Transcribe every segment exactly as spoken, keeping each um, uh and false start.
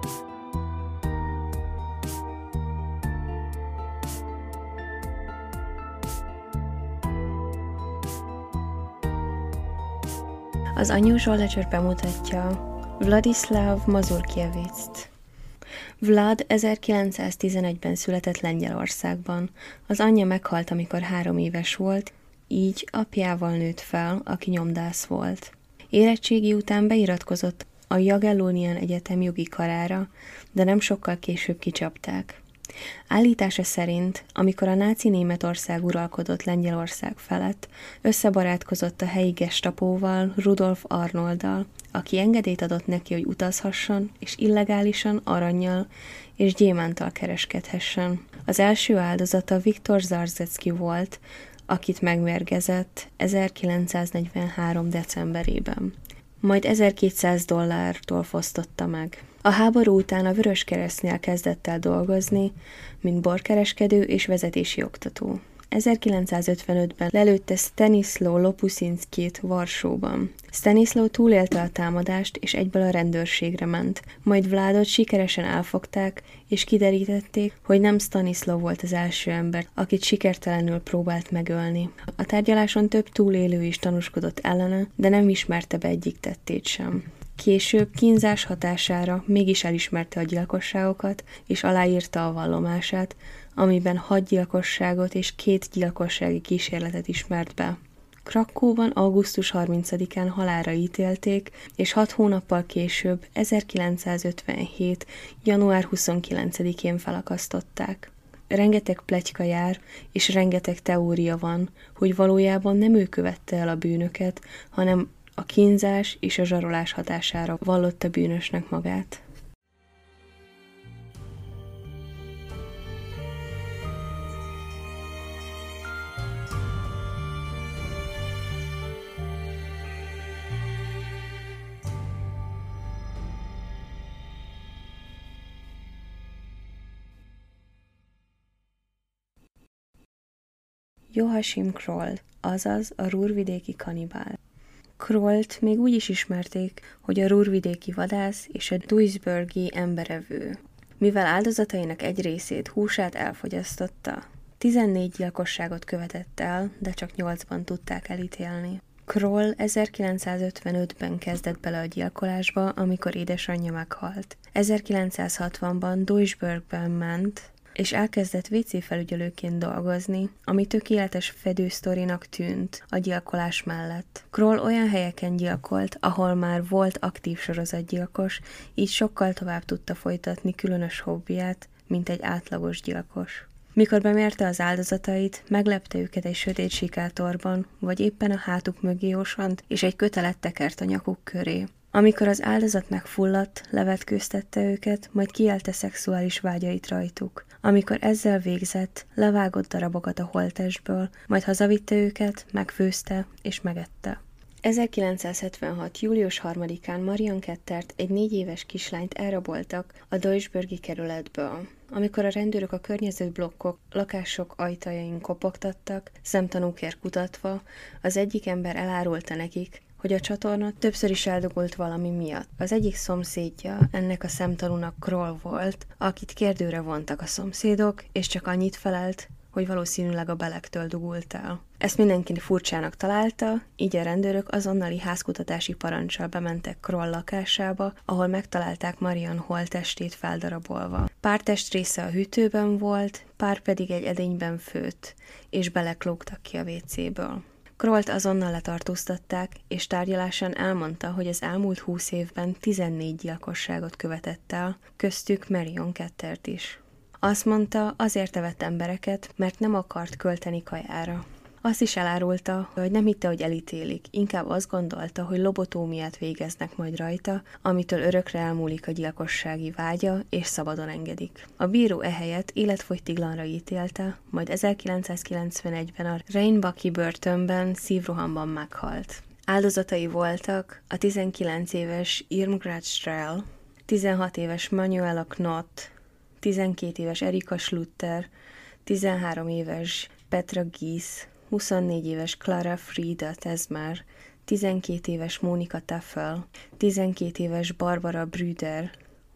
Az Unusual Ledger bemutatja Vladislav Mazurkiewicz't. Vlad ezerkilencszáztizenegyben született Lengyelországban. Az anyja meghalt, amikor három éves volt, így apjával nőtt fel, aki nyomdász volt. Érettségi után beiratkozott a Jagiellonian Egyetem jogi karára, de nem sokkal később kicsapták. Állítása szerint, amikor a náci Németország uralkodott Lengyelország felett, összebarátkozott a helyi gestapóval, Rudolf Arnolddal, aki engedélyt adott neki, hogy utazhasson, és illegálisan arannyal és gyémánttal kereskedhessen. Az első áldozata Viktor Zarzecki volt, akit megmérgezett ezerkilencszáznegyvenhárom. decemberében. Majd ezerkétszáz dollártól fosztotta meg. A háború után a Vöröskeresztnél kezdett el dolgozni, mint borkereskedő és vezetési oktató. ezerkilencszázötvenötben lelőtte Stanislaw Lopuszinskit Varsóban. Stanislaw túlélte a támadást, és egyből a rendőrségre ment. Majd Vladot sikeresen elfogták, és kiderítették, hogy nem Stanislaw volt az első ember, akit sikertelenül próbált megölni. A tárgyaláson több túlélő is tanúskodott ellene, de nem ismerte be egyik tettét sem. Később kínzás hatására mégis elismerte a gyilkosságokat, és aláírta a vallomását, amiben hat gyilkosságot és két gyilkossági kísérletet ismert be. Krakkóban augusztus harmincadikán halálra ítélték, és hat hónappal később, ezerkilencszázötvenhét. január huszonkilencedikén felakasztották. Rengeteg pletyka jár, és rengeteg teória van, hogy valójában nem ő követte el a bűnöket, hanem a kínzás és a zsarolás hatására vallotta bűnösnek magát. Joachim Kroll, azaz a ruhrvidéki kanibál. Krollt még úgy is ismerték, hogy a ruhrvidéki vadász és a duisburgi emberevő, mivel áldozatainak egy részét, húsát elfogyasztotta. tizennégy gyilkosságot követett el, de csak nyolcban tudták elítélni. Kroll ezerkilencszázötvenötben kezdett bele a gyilkolásba, amikor édesanyja meghalt. ezerkilencszázhatvanban Duisburgben ment, és elkezdett vé cé felügyelőként dolgozni, ami tökéletes fedősztorinak tűnt a gyilkolás mellett. Kroll olyan helyeken gyilkolt, ahol már volt aktív sorozatgyilkos, így sokkal tovább tudta folytatni különös hobbiját, mint egy átlagos gyilkos. Mikor bemérte az áldozatait, meglepte őket egy sötét sikátorban, vagy éppen a hátuk mögé osant, és egy kötelet tekert a nyakuk köré. Amikor az áldozat megfulladt, levetkőztette őket, majd kiélte szexuális vágyait rajtuk. Amikor ezzel végzett, levágott darabokat a holttestből, majd hazavitte őket, megfőzte és megette. ezerkilencszázhetvenhat. július harmadikán Marion Kettert, egy négy éves kislányt elraboltak a Duisburgi kerületből. Amikor a rendőrök a környező blokkok, lakások ajtajain kopogtattak, szemtanúkért kutatva, az egyik ember elárulta nekik, hogy a csatorna többször is eldugult valami miatt. Az egyik szomszédja ennek a szemtanúnak Kroll volt, akit kérdőre vontak a szomszédok, és csak annyit felelt, hogy valószínűleg a belegtől dugult el. Ezt mindenki furcsának találta, így a rendőrök azonnali házkutatási paranccsal bementek Kroll lakásába, ahol megtalálták Marion holttestét feldarabolva. Pár testrésze a hűtőben volt, pár pedig egy edényben főtt, és beleklógtak ki a vé céből. Krollt azonnal letartóztatták, és tárgyalásán elmondta, hogy az elmúlt húsz évben tizennégy gyilkosságot követett el, köztük Marion Kettert is. Azt mondta, azért evett embereket, mert nem akart költeni kajára. Azt is elárulta, hogy nem hitte, hogy elítélik, inkább azt gondolta, hogy lobotómiát végeznek majd rajta, amitől örökre elmúlik a gyilkossági vágya, és szabadon engedik. A bíró ehelyett életfogytiglanra ítélte, majd ezerkilencszázkilencvenegyben a Rheinbacki börtönben szívrohamban meghalt. Áldozatai voltak a tizenkilenc éves Irmgard Strel, tizenhat éves Manuela Knott, tizenkét éves Erika Schlutter, tizenhárom éves Petra Gies, huszonnégy éves Clara Frieda Tesmer, tizenkét éves Monika Tafel, tizenkét éves Barbara Brüder,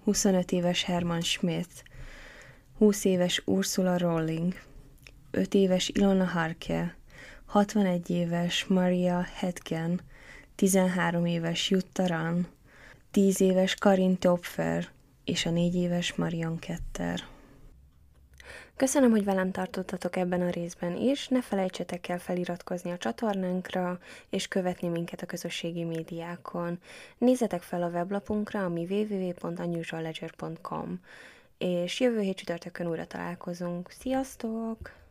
huszonöt éves Herman Schmidt, húsz éves Ursula Rowling, öt éves Ilona Harke, hatvanegy éves Maria Hetgen, tizenhárom éves Jutta Rahn, tíz éves Karin Töpfer és a négy éves Marion Ketter. Köszönöm, hogy velem tartottatok ebben a részben is, ne felejtsetek el feliratkozni a csatornánkra, és követni minket a közösségi médiákon. Nézzetek fel a weblapunkra, ami double-u double-u double-u pont unusual ledger pont com, és jövő hét csütörtökön újra találkozunk. Sziasztok!